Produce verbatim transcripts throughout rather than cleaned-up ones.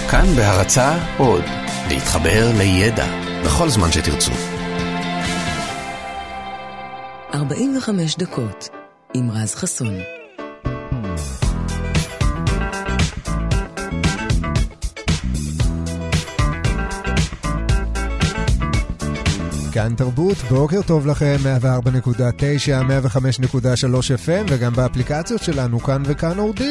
כאן בהרצאה עוד, להתחבר לידע בכל זמן שתרצו. ארבעים וחמש דקות עם רז חסון. כאן תרבות, בוקר טוב לכם, מאה וארבע נקודה תשע, מאה וחמש נקודה שלוש אף אם וגם באפליקציות שלנו כאן וכאן אודי.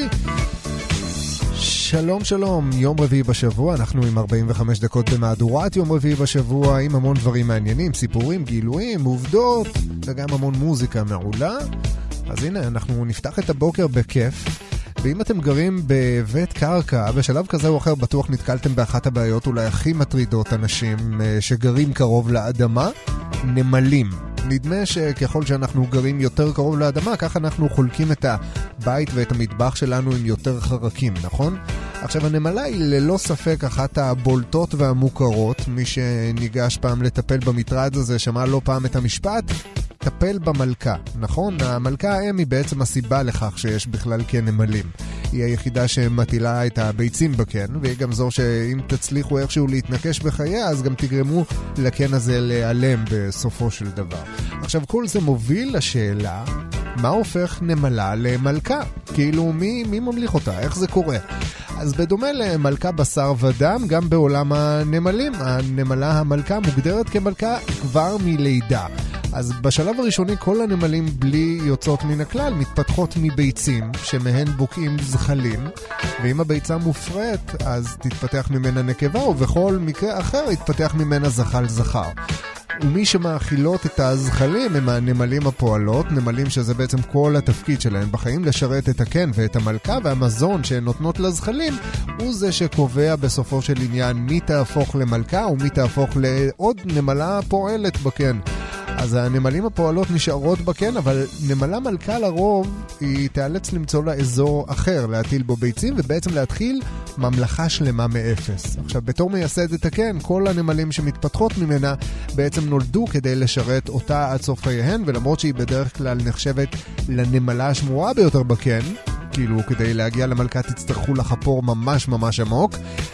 שלום שלום, יום רביעי בשבוע, אנחנו עם ארבעים וחמש דקות במהדורת יום רביעי בשבוע, עם המון דברים מעניינים, סיפורים, גילויים, עובדות, וגם המון מוזיקה מעולה. אז הנה, אנחנו נפתח את הבוקר בכיף, ואם אתם גרים בבית קרקע, בשלב כזה או אחר בטוח נתקלתם באחת הבעיות אולי הכי מטרידות אנשים שגרים קרוב לאדמה, נמלים. נדמה שככל שאנחנו גרים יותר קרוב לאדמה, כך אנחנו חולקים את הבית ואת המטבח שלנו עם יותר חרקים, נכון? עכשיו, הנמלה היא ללא ספק אחת הבולטות והמוכרות. מי שניגש פעם לטפל במטרד הזה שמע לא פעם את המשפט, טפל במלכה, נכון? המלכה האם היא בעצם הסיבה לכך שיש בכלל כן נמלים. היא היחידה שמטילה את הביצים בקן, והיא גם זו שאם תצליחו איכשהו להתנקש בחייה, אז גם תגרמו לקן הזה להיעלם בסופו של דבר. עכשיו, כל זה מוביל לשאלה, מה הופך נמלה למלכה? כאילו, מי, מי ממליך אותה? איך זה קורה? אז בדומה למלכה בשר ודם, גם בעולם הנמלים, הנמלה המלכה מוגדרת כמלכה כבר מלידה. אז בשלב הראשוני כל הנמלים בלי יוצאות מן הכלל מתפתחות מביצים שמהן בוקעים זחלים, ואם הביצה מופרית אז תתפתח ממנה נקבה, ובכל מקרה אחר יתפתח ממנה זחל זכר. ומי שמאכילות את הזחלים הם הנמלים הפועלות, נמלים שזה בעצם כל התפקיד שלהם בחיים, לשרת את הקן ואת המלכה, והמזון שהן נותנות לזחלים הוא זה שקובע בסופו של עניין מי תהפוך למלכה ומי תהפוך לעוד נמלה פועלת בקן. אז הנמלים הפועלות נשארות בקן, אבל נמלה מלכה לרוב היא תיאלץ למצוא לה אזור אחר להטיל בו ביצים, ובעצם להתחיל ממלכה שלמה מאפס. עכשיו, בתור מייסדת הקן, כל הנמלים שמתפתחות ממנה בעצם נולדו כדי לשרת אותה עד סוף חייהן, ולמרות שהיא בדרך כלל נחשבת לנמלה השמורה ביותר בקן, כאילו כדי להגיע למלכה תצטרכו לחפור ממש ממש עמוק.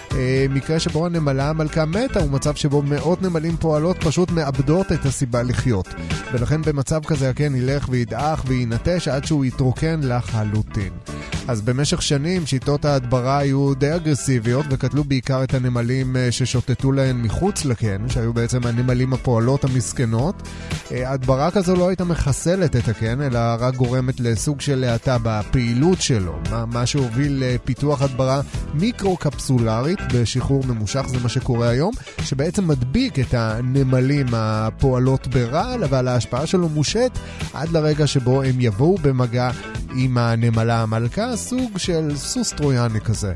מקרה שבו הנמלה המלכה מתה הוא מצב שבו מאות נמלים פועלות פשוט מאבדות את הסיבה לחיות, ולכן במצב כזה הקן ילך וידעך וינטש עד שהוא יתרוקן לחלוטין. אז במשך שנים שיטות ההדברה היו די אגרסיביות וקטלו בעיקר את הנמלים ששוטטו להן מחוץ לקן, שהיו בעצם הנמלים הפועלות המסכנות. ההדברה כזו לא הייתה מחסלת את הקן, אלא רק גורמת לסוג של להטה בפעילות שלו, מה שהוביל לפיתוח הדברה מיקרו-קפסולרית בשחרור ממושך, זה מה שקורה היום, שבעצם מדביק את הנמלים הפועלות ברעל, אבל ההשפעה שלו מושט עד לרגע שבו הם יבואו במגע עם הנמלה המלכה, סוג של סוס טרויאני כזה,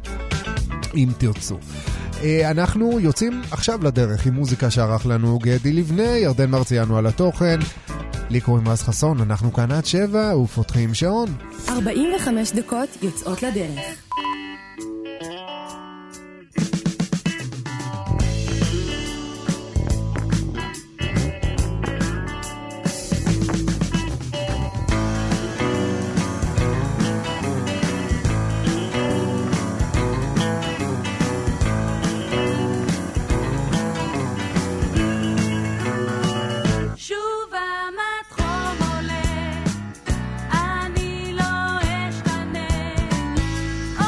אם תרצו. אנחנו יוצאים עכשיו לדרך עם מוזיקה שערך לנו גדי לבנה, ירדן מרציאנו על התוכן, לי קוראים רז חסון, אנחנו כאן עד שבע ופותחים שעון. ארבעים וחמש דקות יוצאות לדרך. Oh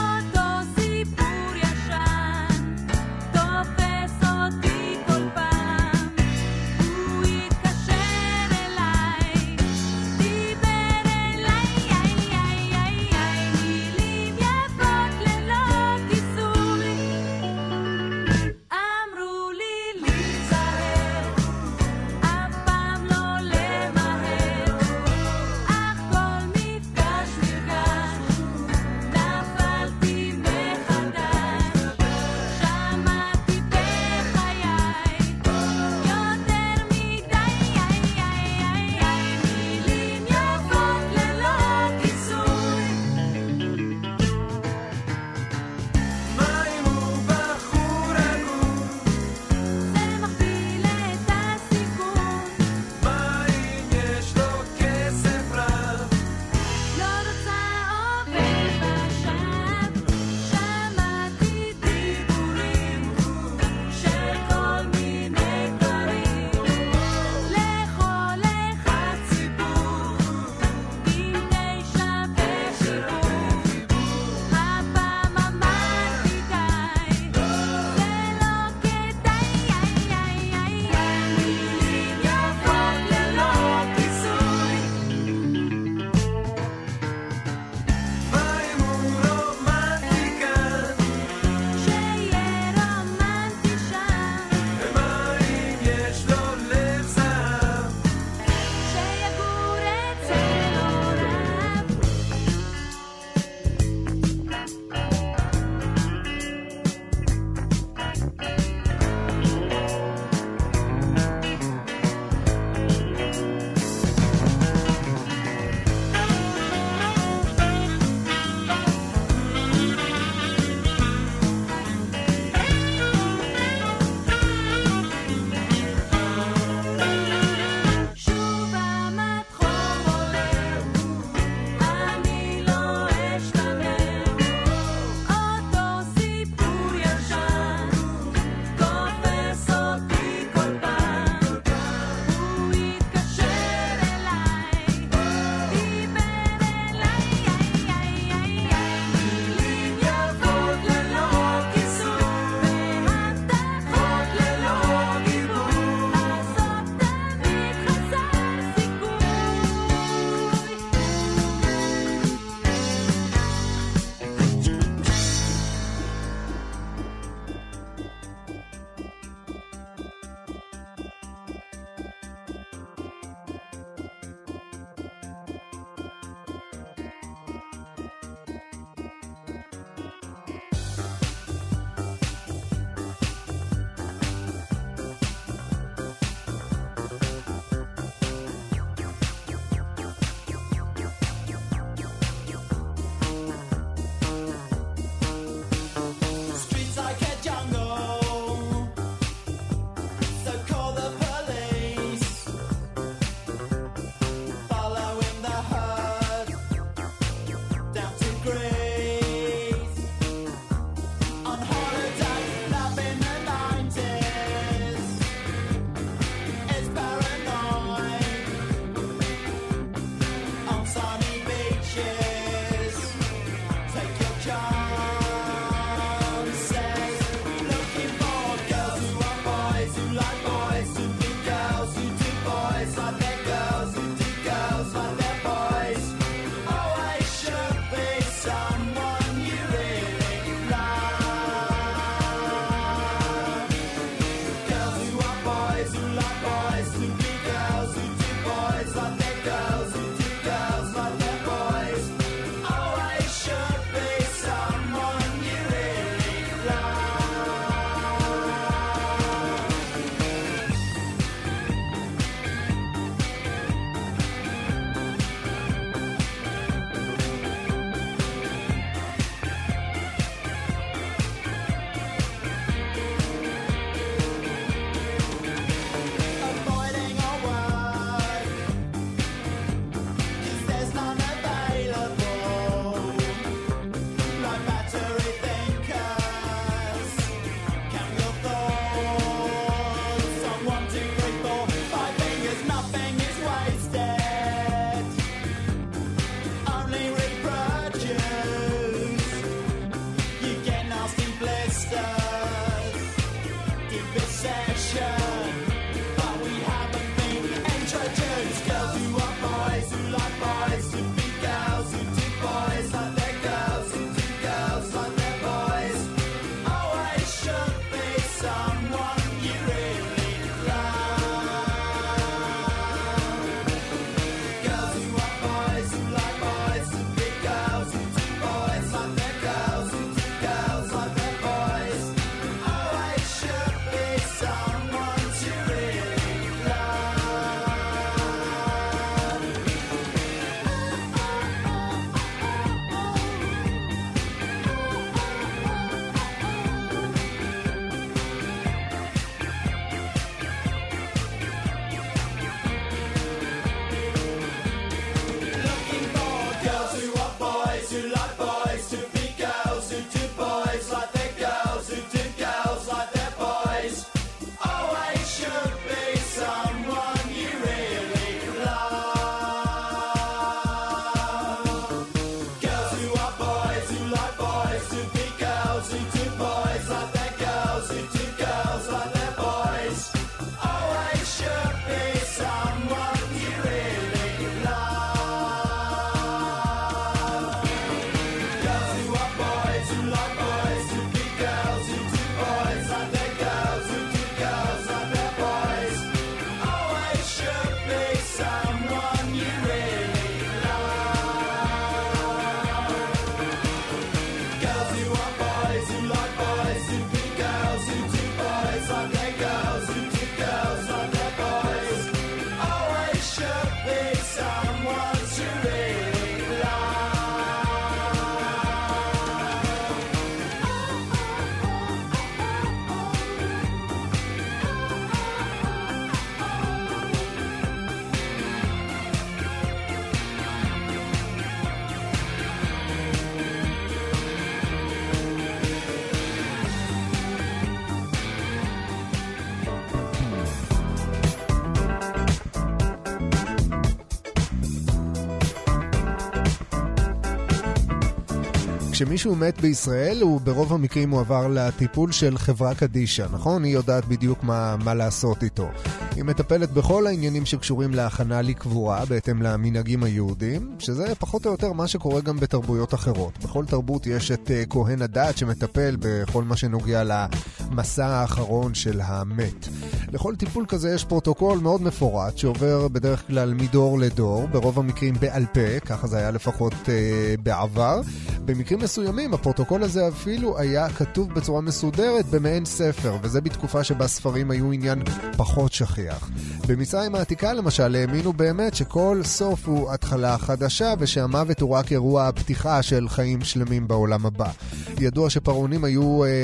כשמישהו מת בישראל, הוא ברוב המקרים הוא עבר לטיפול של חברה קדישה, נכון? היא יודעת בדיוק מה, מה לעשות איתו. היא מטפלת בכל העניינים שקשורים להכנה לקבורה, בהתאם למנהגים היהודים, שזה פחות או יותר מה שקורה גם בתרבויות אחרות. בכל תרבות יש את uh, כהן הדת שמטפל בכל מה שנוגע למסע האחרון של המת. לכל טיפול כזה יש פרוטוקול מאוד מפורט, שעובר בדרך כלל מדור לדור, ברוב המקרים בעל פה, ככה זה היה לפחות uh, בעבר. במקרים מסוימים הפרוטוקול הזה אפילו היה כתוב בצורה מסודרת במעין ספר, וזה בתקופה שבה ספרים היו עניין פחות שכיח. במצרים העתיקה למשל האמינו באמת שכל סוף הוא התחלה חדשה, ושהמוות הוא רק אירוע הפתיחה של חיים שלמים בעולם הבא. ידוע שפרעונים היו אה,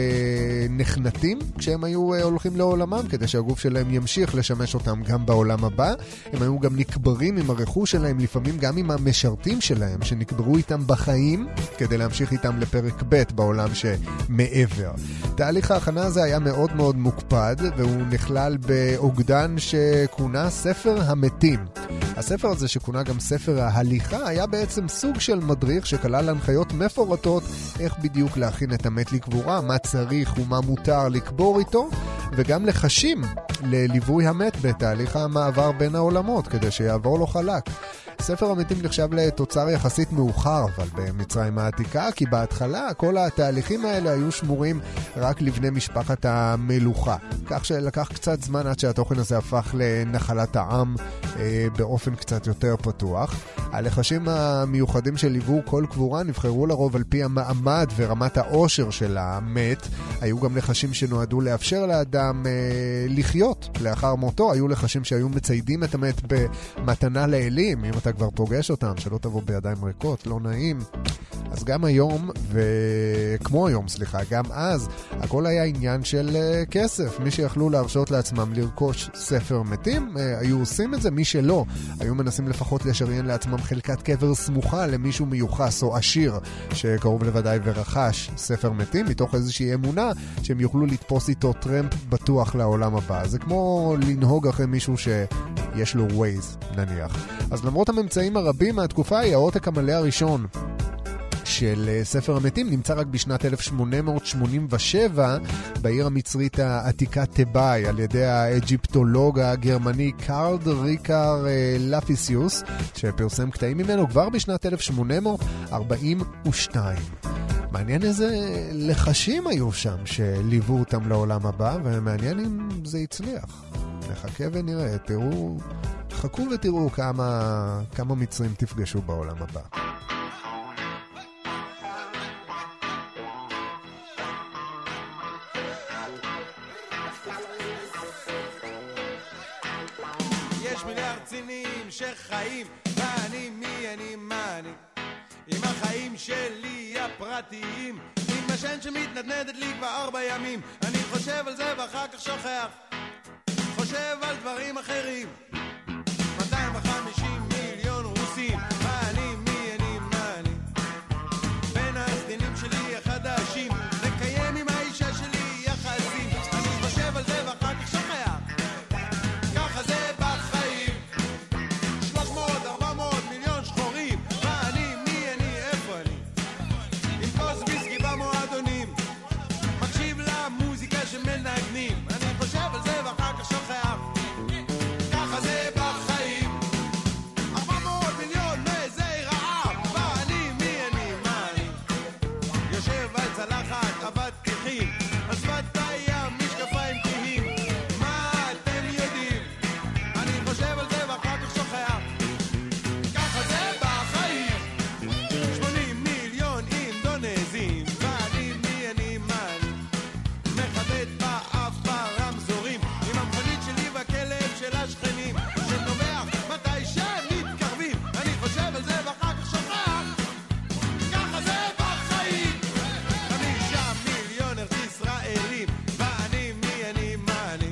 נחנתים כשהם היו אה, הולכים לעולמם, כדי שהגוף שלהם ימשיך לשמש אותם גם בעולם הבא. הם היו גם נקברים עם הרכוש שלהם, לפעמים גם עם המשרתים שלהם שנקברו איתם בחיים, כדי להמשיך איתם לפרק ב' בעולם שמעבר. תהליך ההכנה הזה היה מאוד מאוד מוקפד, והוא נכלל באוגדן שכונה ספר המתים. הספר הזה שכונה גם ספר ההליכה היה בעצם סוג של מדריך שכלל הנחיות מפורטות איך בדיוק להכין את המת לקבורה, מה צריך ומה מותר לקבור איתו, וגם לחשים לליווי המת בתהליך המעבר בין העולמות כדי שיעבור לו חלק. ספר המתים נחשב לתוצר יחסית מאוחר, אבל במצרים העתיקה, כי בהתחלה כל התהליכים האלה היו שמורים רק לבני משפחת המלוכה. כך שלקח קצת זמן עד שהתוכן הזה הפך לנחלת העם אה, באופן קצת יותר פתוח. הלחשים המיוחדים שליוו כל קבורה נבחרו לרוב על פי המעמד ורמת העושר של המת. היו גם לחשים שנועדו לאפשר לאדם אה, לחיות לאחר מותו. היו לחשים שהיו מציידים את המת במתנה לאלים, אם אתה כבר פוגש אותם, שלא תבוא בידיים ריקות, לא נעים. אז גם היום, וכמו היום, סליחה, גם אז, הכל היה עניין של uh, כסף. מי שיכלו להרשות לעצמם לרכוש ספר מתים, uh, היו עושים את זה. מי שלא, היו מנסים לפחות לשריין לעצמם חלקת קבר סמוכה למישהו מיוחס או עשיר, שקרוב לוודאי ורכש ספר מתים, מתוך איזושהי אמונה שהם יוכלו לתפוס איתו טרמפ בטוח לעולם הבא. זה כמו לנהוג אחרי מישהו שיש לו ווייז, נניח. אז למרות הממצאים הרבים מהתקופה, היא העותק המלא הראשון של ספר המתים נמצא רק בשנת אלף שמונה מאות שמונים ושבע בעיר המצרית העתיקה טבאי על ידי האג'יפטולוג הגרמני קארל ריקר לפיסיוס, שפרסם קטעים ממנו כבר בשנת אלף שמונה מאות ארבעים ושתיים. מעניין איזה לחשים היו שם שליוו אותם לעולם הבא, ומעניין אם זה הצליח. נחכה ונראה, תראו, חכו ותראו כמה, כמה מצרים תפגשו בעולם הבא. יש מיליארד צינים שחיים, ואני מי אני מה אני, עם החיים שלי הפרטיים, עם השן שמתנדנדת לי כבר ארבע ימים. אני חושב על זה ואחר כך שוכח, חושב על דברים אחרים. מאתיים וחמישים מיליון רוסים, ואני מי אני מה אני, בין הסדינים שלי החדשים, לקיים עם האישה שלי יחסים. אני חושב על זה ואחר כך שוכח, ככה זה בחיים. שלוש מאות ארבע מאות מיליון שחורים, ואני מי אני איפה אני, עם כוס ויסקי במועדונים, מקשיב למוזיקה שמנגנים. אני חושב על זה ואחר כך שוכח, ככה זה בחיים. ארבע מאות מיליון מזי רעב, ואני מי אני מה אני, יושב על צלחת אבטיחים, על שפת הים משקפיים כהים. מה אתם יודעים? אני חושב על זה ואחר כך שוכח, ככה זה בחיים. שמונים מיליון אינדונזים, ואני מי אני מה אני, מחבט באף ברמזורים, עם המכונית שלי והכלב של השכנים, שנובח מתי שהם מתקרבים. אני חושב על זה ואחר כך שוכח, ככה זה בחיים. חמישה מיליון ארץ ישראלים, ואני מי אני מה אני,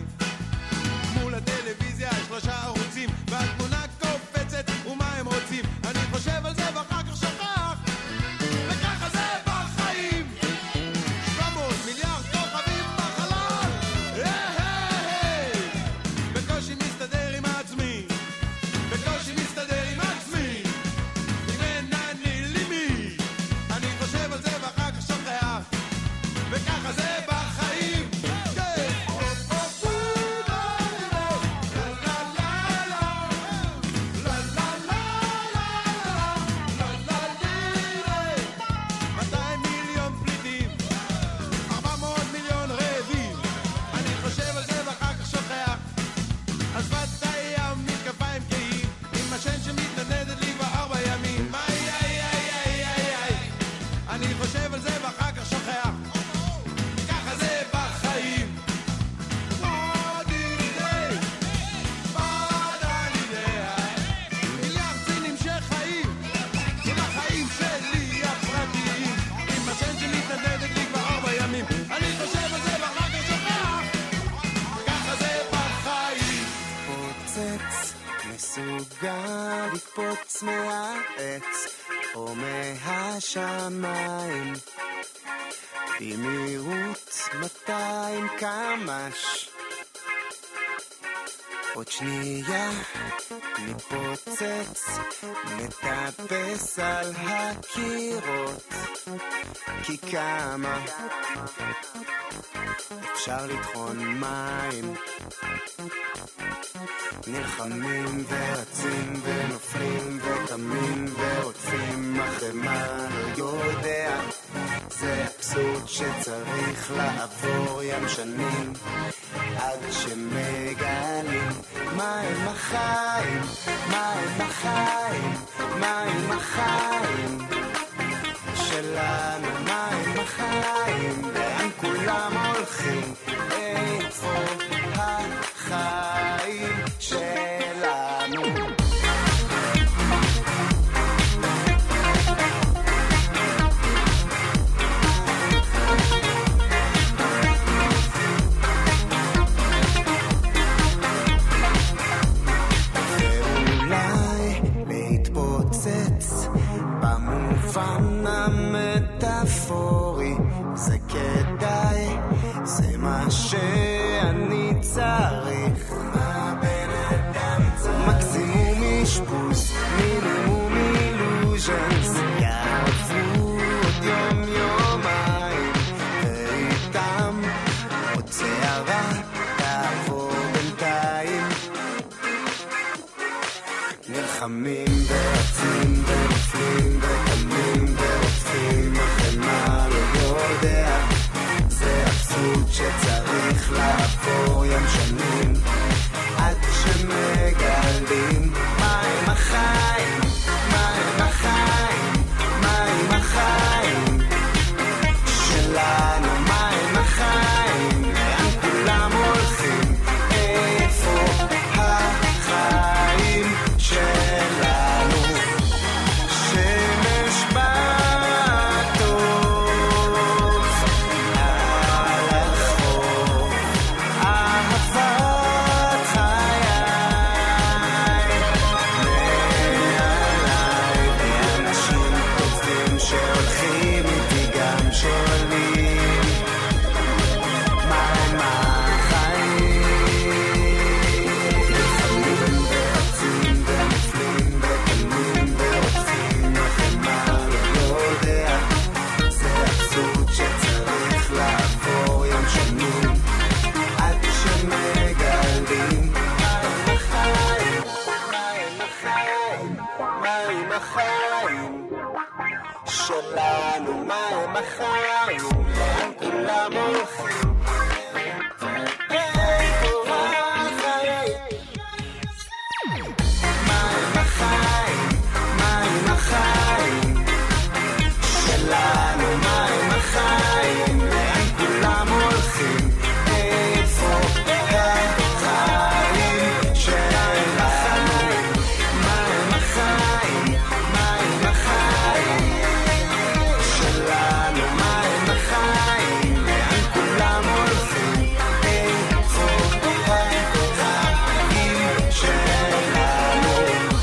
מול הטלוויזיה שלושה ערוצים, והתמונה קופצת ומה הם רוצים. אני חושב על זה ואחר כך שוכח, וככה זה בחיים. שבע מאות מיליארד כוכבים בחלל, היי היי היי, בקושי מסתדר עם עצמי, בקושי מסתדר עם עצמי, אם אין אני לי מי. אני חושב על זה ואחר כך שוכח, וככה זה בחיים. מאתיים מיליון פליטים, ארבע מאות מיליון רעבים. אני חושב על זה ואחר כך שוכח, על שפת הים משקפיים כהים, עם השן שמתנדנדת לי כבר ארבע ימים. איי איי איי איי איי איי, אני חושב על זה ואחר כך שוכח, ככה זה בחיים. מיליארד צינים שחיים, עם החיים שלי הפרטיים, עם השן שמתנדנדת לי כבר ארבע ימים. אני חושב על זה ואחר כך שוכח, ככה זה בחיים. פוצץ, מסוגל לקפוץ מהעץ או מהשמיים במהירות מאתיים קמ"ש. עוד שנייה מתפוצץ, מטפס על הקירות, כי כמה אפשר לטחון מים, נלחמים ורצים ונופלים וקמים ורודפים אחרי מה לא יודע. זה אבסורד שצריך לעבור ים שנים עד שמגלים מה הם החיים, מה הם החיים, מה הם החיים שלנו, מה הם החיים, לאן כולם הולכים, איפה החיים שלנו. ואולי להתפוצץ במובן המטאפורי זה כדאי, זה מה שאני צריך. מה בן אדם צריך? מקסימום אשפוז, מינימום אילוז'נס, יעברו קמים ורצים ונופלים וקמים ורוצחים, לכן מה לא יודע, זה עצות שצריך לעבור ים שנים עד שמגלים מה הם החיים, מה הם החיים, מה הם החיים שלנו, מה הם החיים, לאן כולם הולכים, איפה החיים שלנו. שמש בטוב על החוף, אהבת חיי מעליי, ואנשים טובים שהולכים איתי גם שואלים מה הם החיים. נלחמים ורצים ונופלים וקמים ורוצחים, לכן מה לא יודע, זה עצות שצריך לעבור ים שנים עד שמגלים מה הם החיים, מה הם החיים, מה הם החיים שלנו, מה הם החיים, לאן כולם הולכים, איפה החיים, מה הם החיים, מה הם החיים שלנו, מה הם החיים, לאן כולם הולכים, איפה החיים שלנו, מה הם החיים, מה הם החיים שלנו, מה הם החיים, לאן כולם הולכים, איפה החיים שלנו.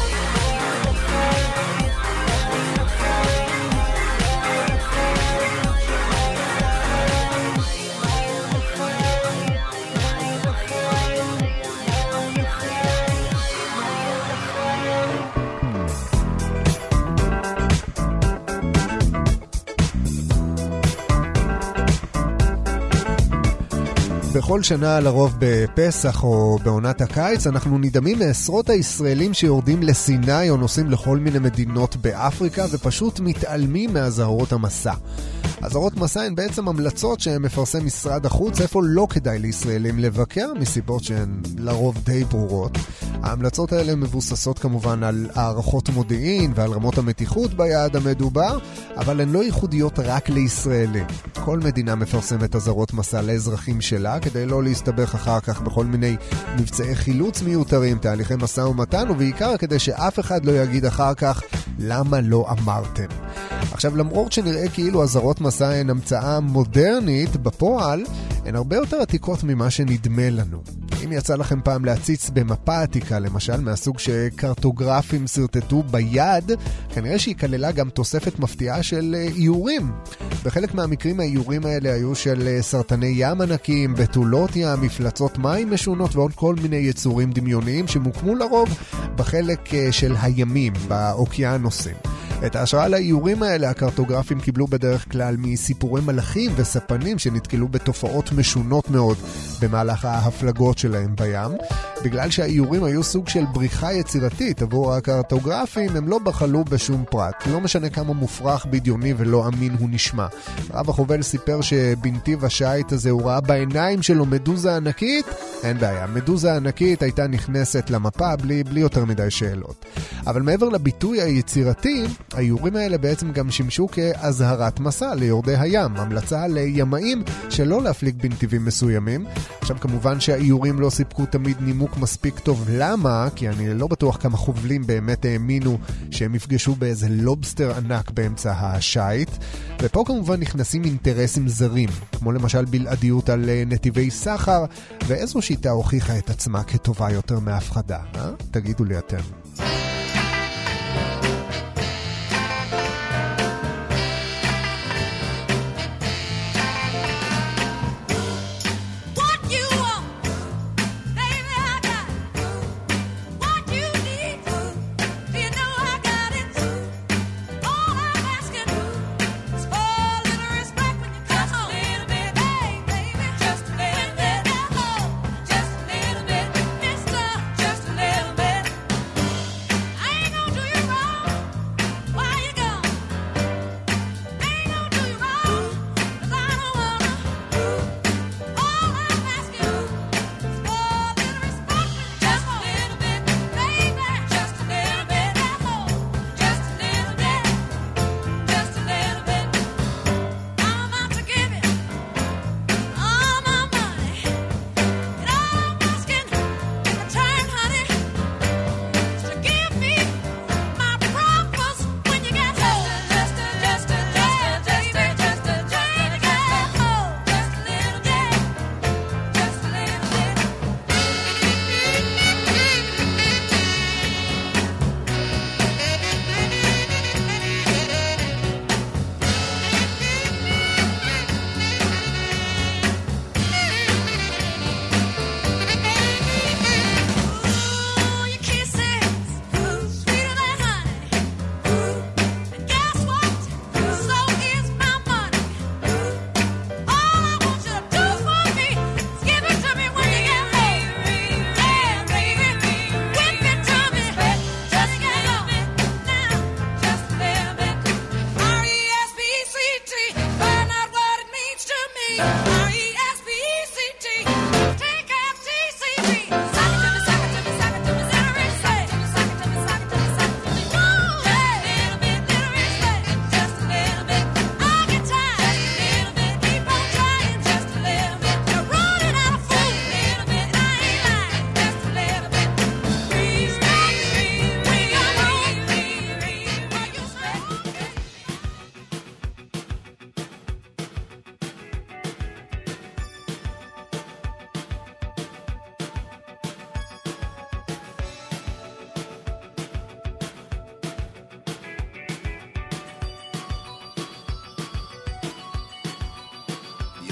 בכל שנה, לרוב בפסח או בעונת הקיץ, אנחנו נדהמים מעשרות הישראלים שיורדים לסיני או נוסעים לכל מיני מדינות באפריקה ופשוט מתעלמים מהזהרות המסע. הזהרות מסע הן בעצם המלצות שמפרסם משרד החוץ איפה לא כדאי לישראלים לבקר, מסיבות שהן לרוב די ברורות. ההמלצות האלה מבוססות כמובן על הערכות מודיעין ועל רמות המתיחות ביעד המדובר, אבל הן לא ייחודיות רק לישראלים. כל מדינה מפרסמת הזהרות מסע לאזרחים שלה, כדי לא להסתבך אחר כך בכל מיני מבצעי חילוץ מיותרים, תהליכי מסע ומתן, ובעיקר כדי שאף אחד לא יגיד אחר כך למה לא אמרתם. עכשיו, למרות שנראה כאילו הזהרות מסע הן המצאה מודרנית, בפועל הן הרבה יותר עתיקות ממה שנדמה לנו. אם יצא לכם פעם להציץ במפה עתיקה, למשל מהסוג שקרטוגרפים סרטטו ביד, כנראה שהיא כללה גם תוספת מפתיעה של איורים. בחלק מהמקרים האיורים האלה היו של סרטני ים ענקים, בתולות ים, מפלצות מים משונות ועוד כל מיני יצורים דמיוניים שמוקמו לרוב בחלק של הימים, באוקיינוסים. את ההשראה לאיורים האלה הקרטוגרפים קיבלו בדרך כלל מסיפורי מלאכים וספנים שנתקלו בתופעות משונות מאוד במהלך ההפלגות שלהם בים. בגלל שהאיורים היו סוג של בריחה יצירתית עבור הקרטוגרפים, הם לא בחלו בשום פרט. לא משנה כמה מופרך, בדיוני ולא אמין הוא נשמע. רב החובל סיפר שבנתיב השייט הזה הוא ראה בעיניים שלו מדוזה ענקית. אין בעיה, מדוזה ענקית הייתה נכנסת למפה בלי, בלי יותר מדי שאלות. אבל מעבר לביטוי היצירתי, האיורים האלה בעצם גם שימשו כהזהרת מסע ליורדי הים, המלצה לימאים שלא להפליג בנתיבים מסוימים. עכשיו כמובן שהאיורים לא סיפקו תמיד נימוק מספיק טוב. למה? כי אני לא בטוח כמה חובלים באמת האמינו שהם יפגשו באיזה לובסטר ענק באמצע השייט. ופה כמובן נכנסים אינטרסים זרים, כמו למשל בלעדיות על נתיבי סחר, ואיזו שיטה הוכיחה את עצמה כטובה יותר מהפחדה, אה? תגידו לי אתם.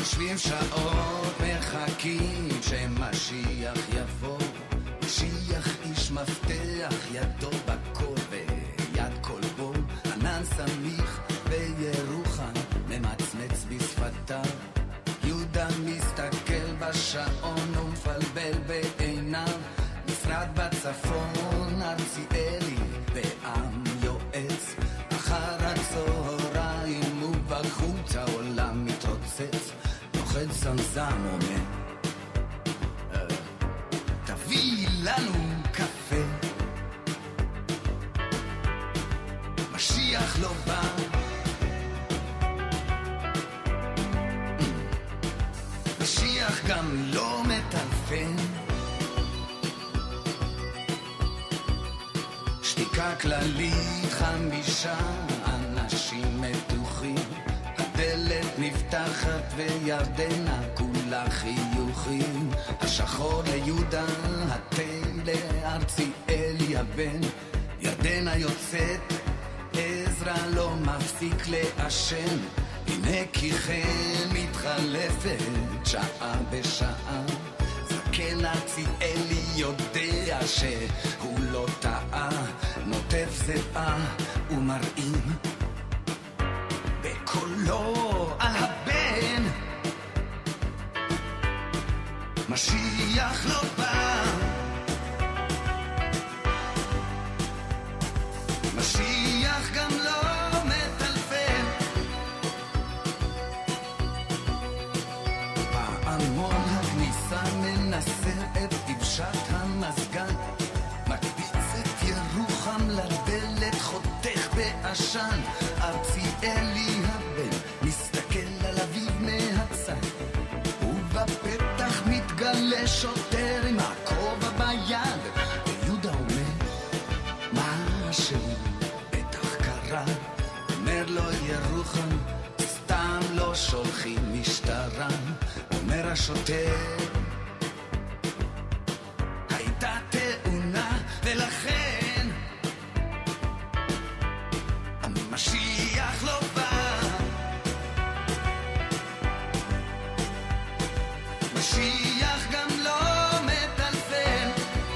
יושבים שעות מחכים שמשיח יבוא, משיח איש מפתח, ידו בכל ויד כל בו, ענן סמיך בירוחם ממצמץ בשפתיו, יהודה מסתכל בשעון ומפלבל בעיניו, נפרד בצפון ארציאלי ועם יועץ, אחר הצהריים ובחוץ העולם מתרוצץ, נוחד סמסם אומר תביא לנו קפה, משיח לא בא, משיח גם לא מטלפן, שתיקה כללית, חמישה אנשים מתוחים, הדלת נפתחת וירדנה כולה חיוכים, השחור ליהודה, התה לארציאלי הבן, ירדנה יוצאת, עזרא לא מפסיק לעשן, הנה כי כן מתחלפת שעה בשעה, זקן ארציאלי יודע שהוא לא טעה, נוטף זרעה ומראים בקולו על הבן, משיח לא בא, משיח גם לא מטלפן, פעמון הכניסה מנסה את דבשת המסגן, מקפיץ את ירוחם לדלת, חותך בעשן, ארציאלי הבן מסתכל על אביו מהצד, ובפתח מתגלה שוטר עם הכובע ביד, ויהודה אומר משהו בטח קרה, אומר לו ירוחם סתם לא שולחים משטרה, אומר השוטר הייתה תאונה ולכן המשיח לא בא, משיח גם לא מטלפן,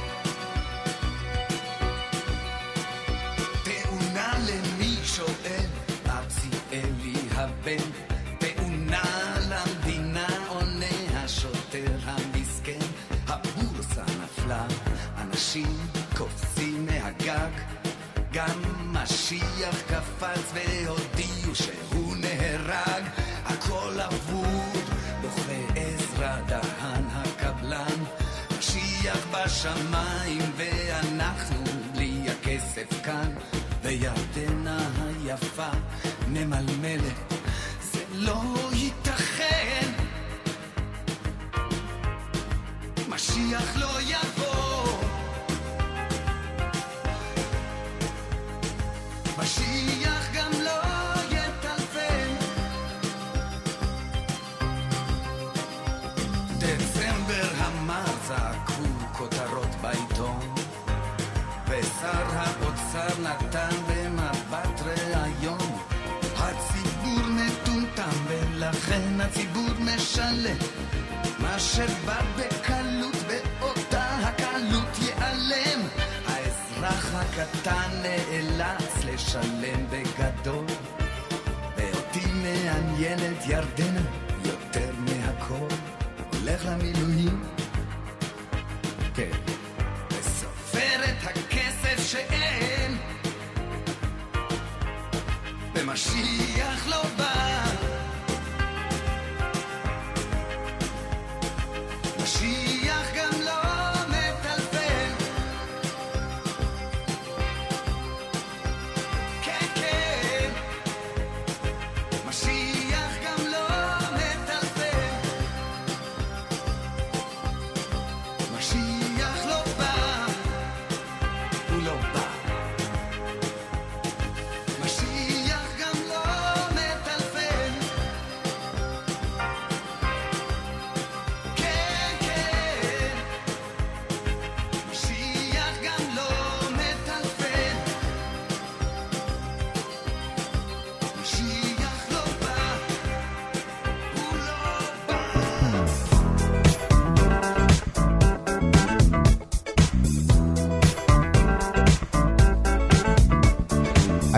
תאונה למי שואל ארציאלי הבן, תאונה למדינה עונה השוטר המסכן, הבורסה נפלה, אנשים קופצים מהגג, גם משיח קפץ והודיעו שהוא נהרג, הכל אבוד, בוכה עזרא דהן הקבלן, משיח בשמיים ואנחנו בלי הכסף כאן, וירדנה היפה ממלמלת זה לא ייתכן, משיח לא יבוא, משיח גם לא יטלפן, דצמבר המר זעקו כותרות בעיתון, ושר האוצר נתן במבט ראיון, הציבור מטומטם ולכן הציבור משלם, מה שבא בקלות באותה הקלות ייעלם, האזרח הקטן נאלץ לשלם בגדול, ואותי מעניינת ירדנה יותר מהכל, הולך למילואים, כן, וסופר את הכסף שאין, ומשיח לא בא, משיח גם לא מטלפן, כן כן, משיח גם לא מטלפן, משיח לא בא, הוא לא בא, משיח גם לא מטלפן,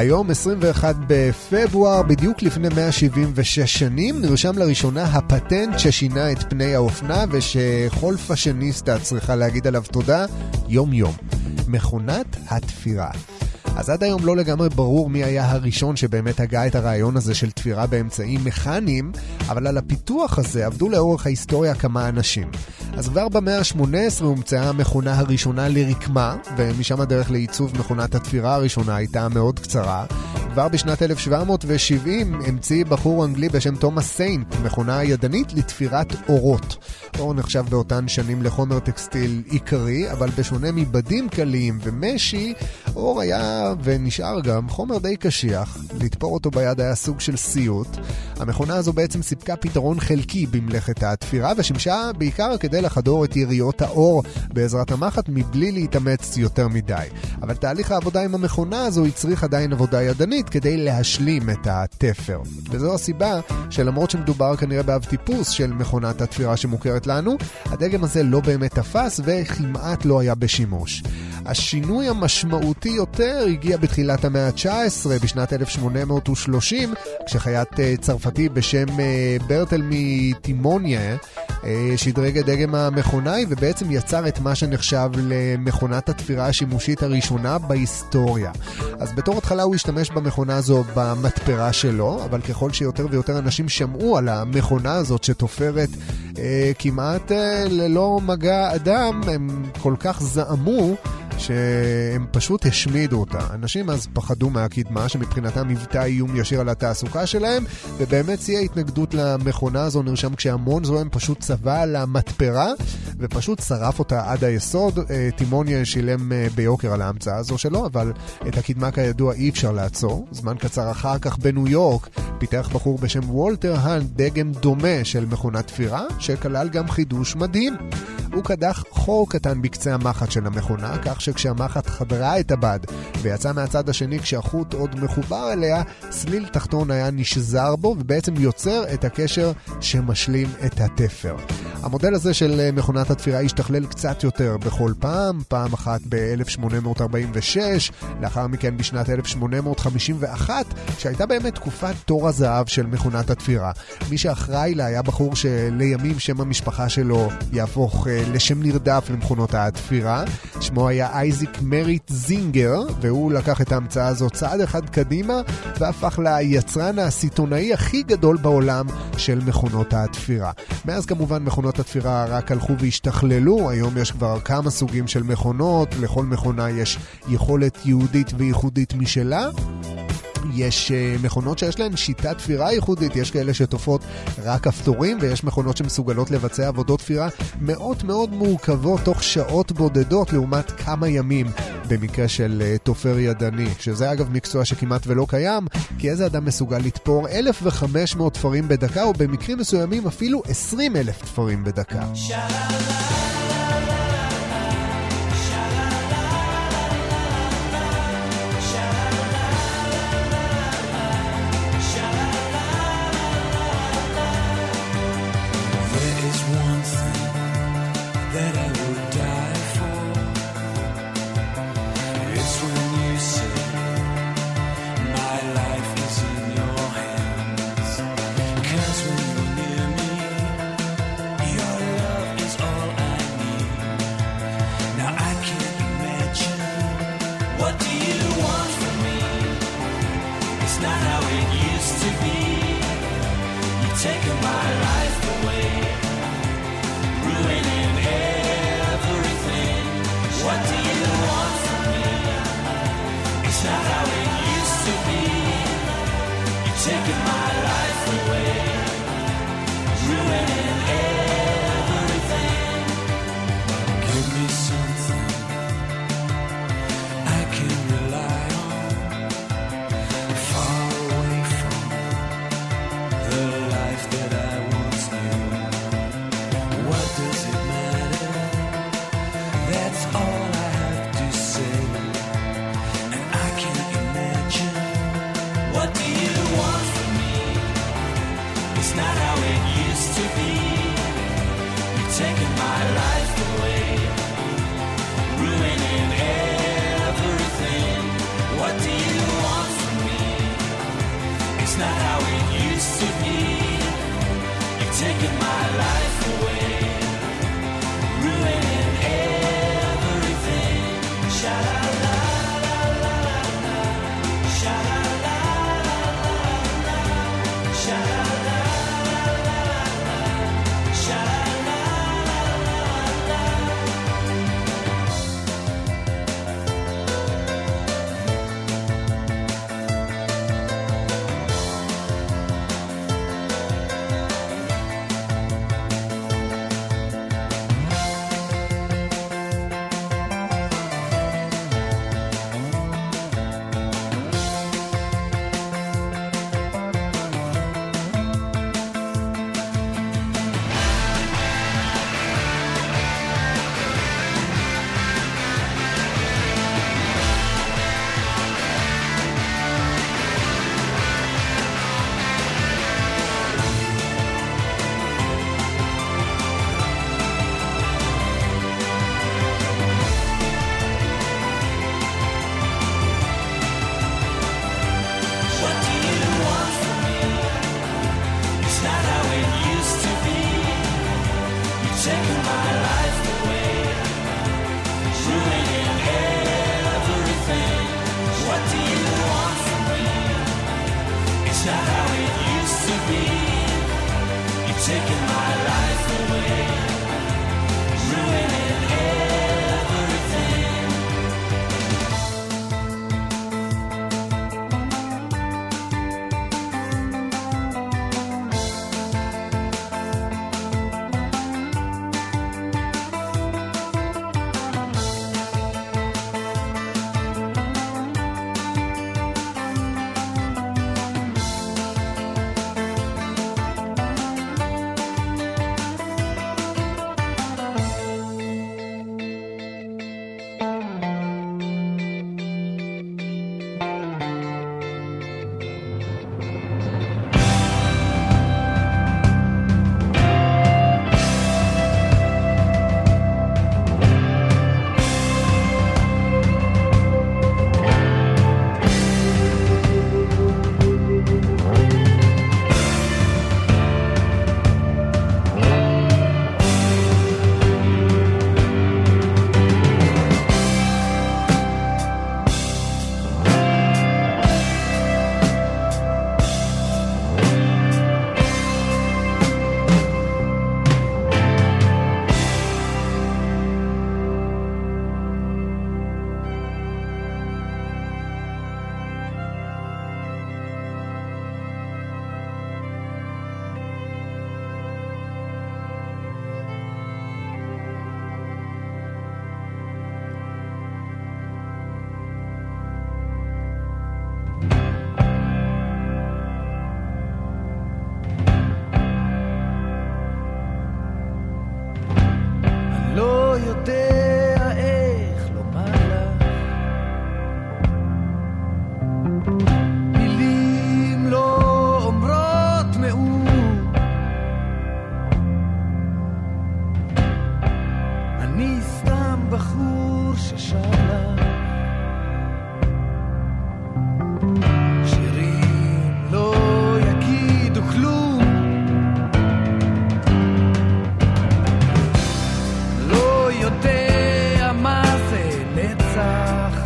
היום עשרים ואחד בפברואר, בדיוק לפני מאה שבעים ושש שנים, נרשם לראשונה הפטנט ששינה את פני האופנה ושכל פאשיניסטה צריכה להגיד עליו תודה יום יום. מכונת התפירה. אז עד היום לא לגמרי ברור מי היה הראשון שבאמת הגה את הרעיון הזה של תפירה באמצעים מכניים, אבל על הפיתוח הזה עבדו לאורך ההיסטוריה כמה אנשים. אז כבר במאה ה-שמונה עשרה הומצאה המכונה הראשונה לרקמה, ומשם הדרך לעיצוב מכונת התפירה הראשונה הייתה מאוד קצרה. כבר בשנת אלף שבע מאות שבעים המציא בחור אנגלי בשם תומאס סיינט מכונה ידנית לתפירת אורות. אור נחשב באותן שנים לחומר טקסטיל עיקרי, אבל בשונה מבדים קלים ומשי, אור היה ונשאר גם חומר די קשיח. לתפור אותו ביד היה סוג של סיוט. המכונה הזו בעצם סיפקה פתרון חלקי במלאכת התפירה, ושימשה בעיקר כדי לחדור את יריות האור בעזרת המחט מבלי להתאמץ יותר מדי. אבל תהליך העבודה עם המכונה הזו הצריך עדיין עבודה ידנית כדי להשלים את התפר. וזו הסיבה שלמרות שמדובר כנראה באב טיפוס של מכונת התפירה שמוכרת לנו, הדגם הזה לא באמת תפס וכמעט לא היה בשימוש. השינוי המשמעותי יותר הגיע בתחילת המאה ה-תשע עשרה, בשנת אלף שמונה מאות ושלושים, כשחייט צרפתי בשם ברטלמי טימוניה שדרג את דגם המכונאי ובעצם יצר את מה שנחשב למכונת התפירה השימושית הראשונה בהיסטוריה. אז בתור התחלה הוא השתמש במכונה הזו במתפרה שלו, אבל ככל שיותר ויותר אנשים שמעו על המכונה הזאת שתופרת אה, כמעט אה, ללא מגע אדם, הם כל כך זעמו שהם פשוט השמידו אותה. אנשים אז פחדו מהקדמה שמבחינתם היוותה איום ישיר על התעסוקה שלהם, ובאמת שיא ההתנגדות למכונה הזו נרשם כשהמון זוהם פשוט צבע על המתפרה ופשוט שרף אותה עד היסוד. טימוניה שילם ביוקר על ההמצאה הזו שלו, אבל את הקדמה כידוע אי אפשר לעצור. זמן קצר אחר כך בניו יורק פיתח בחור בשם וולטר האן דגם דומה של מכונת תפירה שכלל גם חידוש מדהים. הוא קדח חור קטן בקצה המחט של המכונה, כך שכשהמחט חדרה את הבד ויצא מהצד השני כשהחוט עוד מחובר אליה, סליל תחתון היה נשזר בו ובעצם יוצר את הקשר שמשלים את התפר. המודל הזה של מכונת התפירה השתכלל קצת יותר בכל פעם, פעם אחת ב-אלף שמונה מאות ארבעים ושש, לאחר מכן בשנת אלף שמונה מאות חמישים ואחת, שהייתה באמת תקופת תור הזהב של מכונת התפירה. מי שאחראי לה היה בחור שלימים שם המשפחה שלו יהפוך לשם נרדף למכונות התפירה. שמו היה אייזיק מריט זינגר, והוא לקח את ההמצאה הזו צעד אחד קדימה והפך ליצרן הסיטונאי הכי גדול בעולם של מכונות התפירה. מאז כמובן מכונות התפירה רק הלכו והשתכללו. היום יש כבר כמה סוגים של מכונות, לכל מכונה יש יכולת יהודית וייחודית משלה. יש מכונות שיש להן שיטת תפירה ייחודית, יש כאלה שתופרות רק כפתורים, ויש מכונות שמסוגלות לבצע עבודות תפירה מאוד מאוד מורכבות תוך שעות בודדות לעומת כמה ימים במקרה של תופר ידני, שזה אגב מקצוע שכמעט ולא קיים, כי איזה אדם מסוגל לתפור אלף וחמש מאות תפרים בדקה, ובמקרים מסוימים אפילו עשרים אלף תפרים בדקה. Ruining everything. What do you want from me? taking my life away, ruining everything. What do you want from me? It's not how it used to be. You're taking my life away, ruining everything. לא יודע איך לומר לך, מילים לא אומרות מאום. אני סתם בחור ששר לך שירים לא יגידו כלום. יודע מה זה נצח,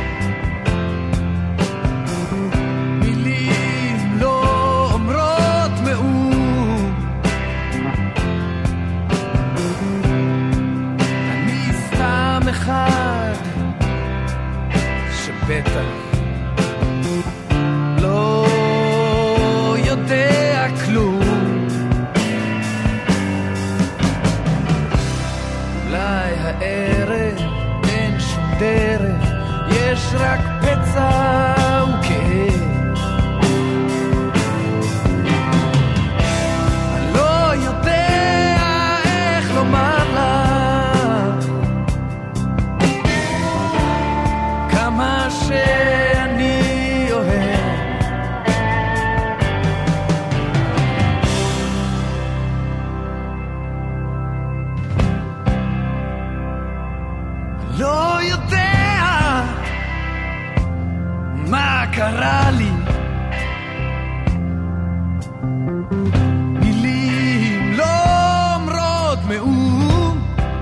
מילים לא אומרות מאום. אני סתם אחד שבטח לא יודע כלום. אולי הערב אין שום דרך, יש רק פצע וכאב. אני לא יודע איך לומר לך כמה שאני אוהב. לא יודע מה קרה לי, מילים לא אומרות מאום.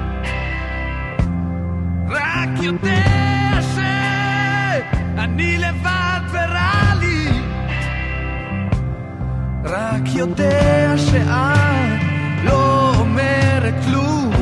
רק יודע שאני לבד ורע לי, רק יודע שאת לא אומרת כלום.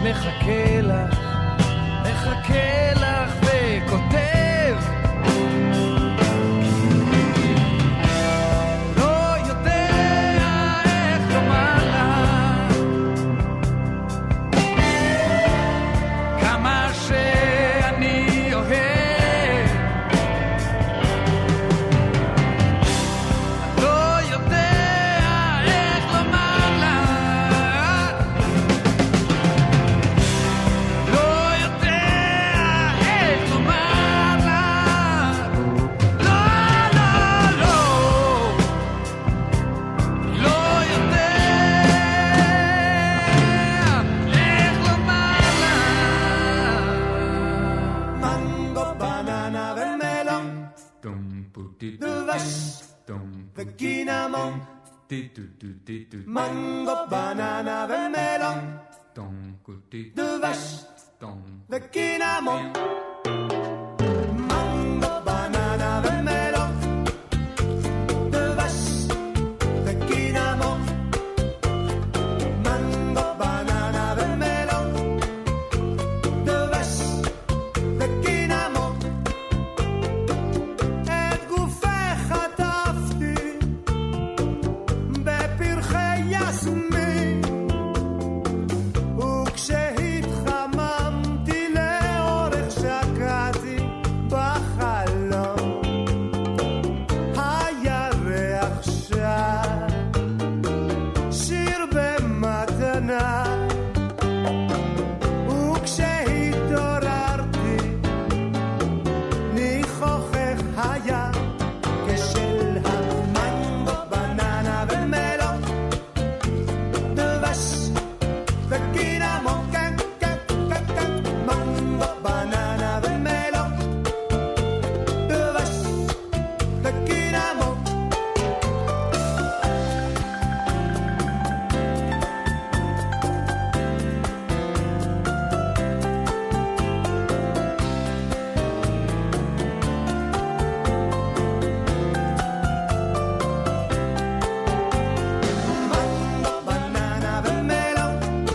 מחכה לך, מחכה לך וכותב לא יודע איך לומר לך כמה שאני אוהב, לא יודע איך לומר לך, לא יודע איך לומר לך, לא, לא, לא, לא יודע איך לומר לך. מנגו, בננה ומלון, דבש וקינמון. מנגו, בננה ומלון, דבש וקינמון. מנגו, בננה ומלון, דבש וקינמון. מנגו, בננה ומלון, דבש וקינמון. את גופך חטפתי בפרחי יסמין, וכשהתחממתי לאורך שקעתי בחלום. היה ריח שד, שיר במתנה, וכשהתעוררתי ניחוחך היה כשל המנגו, בננה ומלון, דבש וקינמון. כן, כן, כן, כן. מנגו, בננה ומלון, דבש וקינמון. מנגו, בננה ומלון,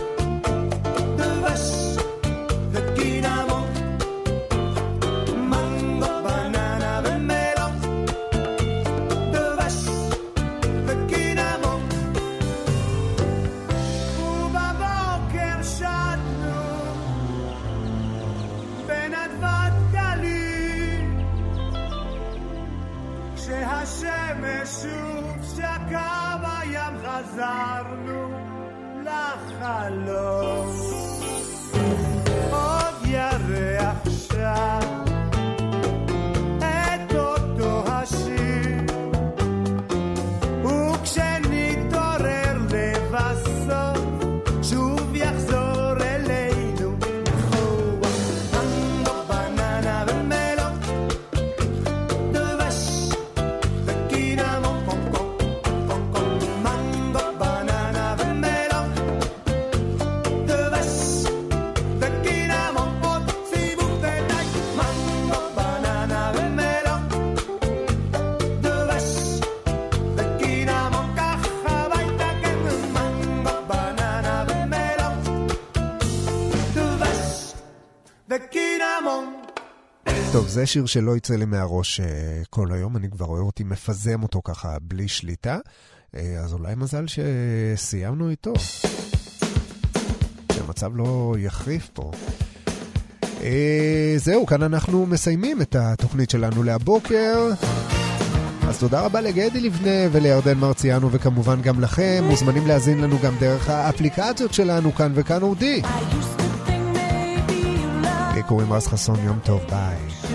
דבש וקינמון. מנגו, בננה ומלון, דבש וקינמון. ובבוקר שטנו בין אדמת גלים, כשהשמש שוב שקע בים חזרנו לחלום. עוד ירח שם את אותו השיר, וכשנתעורר לבסוף שוב יחזור אלינו ניחוח. מנגו, בננה ומלון, דבש וקינמון. קום, קום, קום, קום. מנגו, בננה ומלון, דבש וקינמון. עוד סיבוב ודי. מנגו, בננה ומלון, דבש וקינמון. ככה הביתה, כן. מנגו, בננה ומלון, דבש וקינמון. טוב, זה שיר שלא יצא לי מהראש אה, כל היום, אני כבר רואה אותי מפזם אותו ככה בלי שליטה, אה, אז אולי מזל שסיימנו איתו, שהמצב לא יחריף פה. אה, זהו, כאן אנחנו מסיימים את התוכנית שלנו להבוקר. אז תודה רבה לגדי לבנה ולירדן מרציאנו, וכמובן גם לכם. מוזמנים להזין לנו גם דרך האפליקציות שלנו כאן וכאן אודי. קוראים רז חסון, יום טוב, ביי.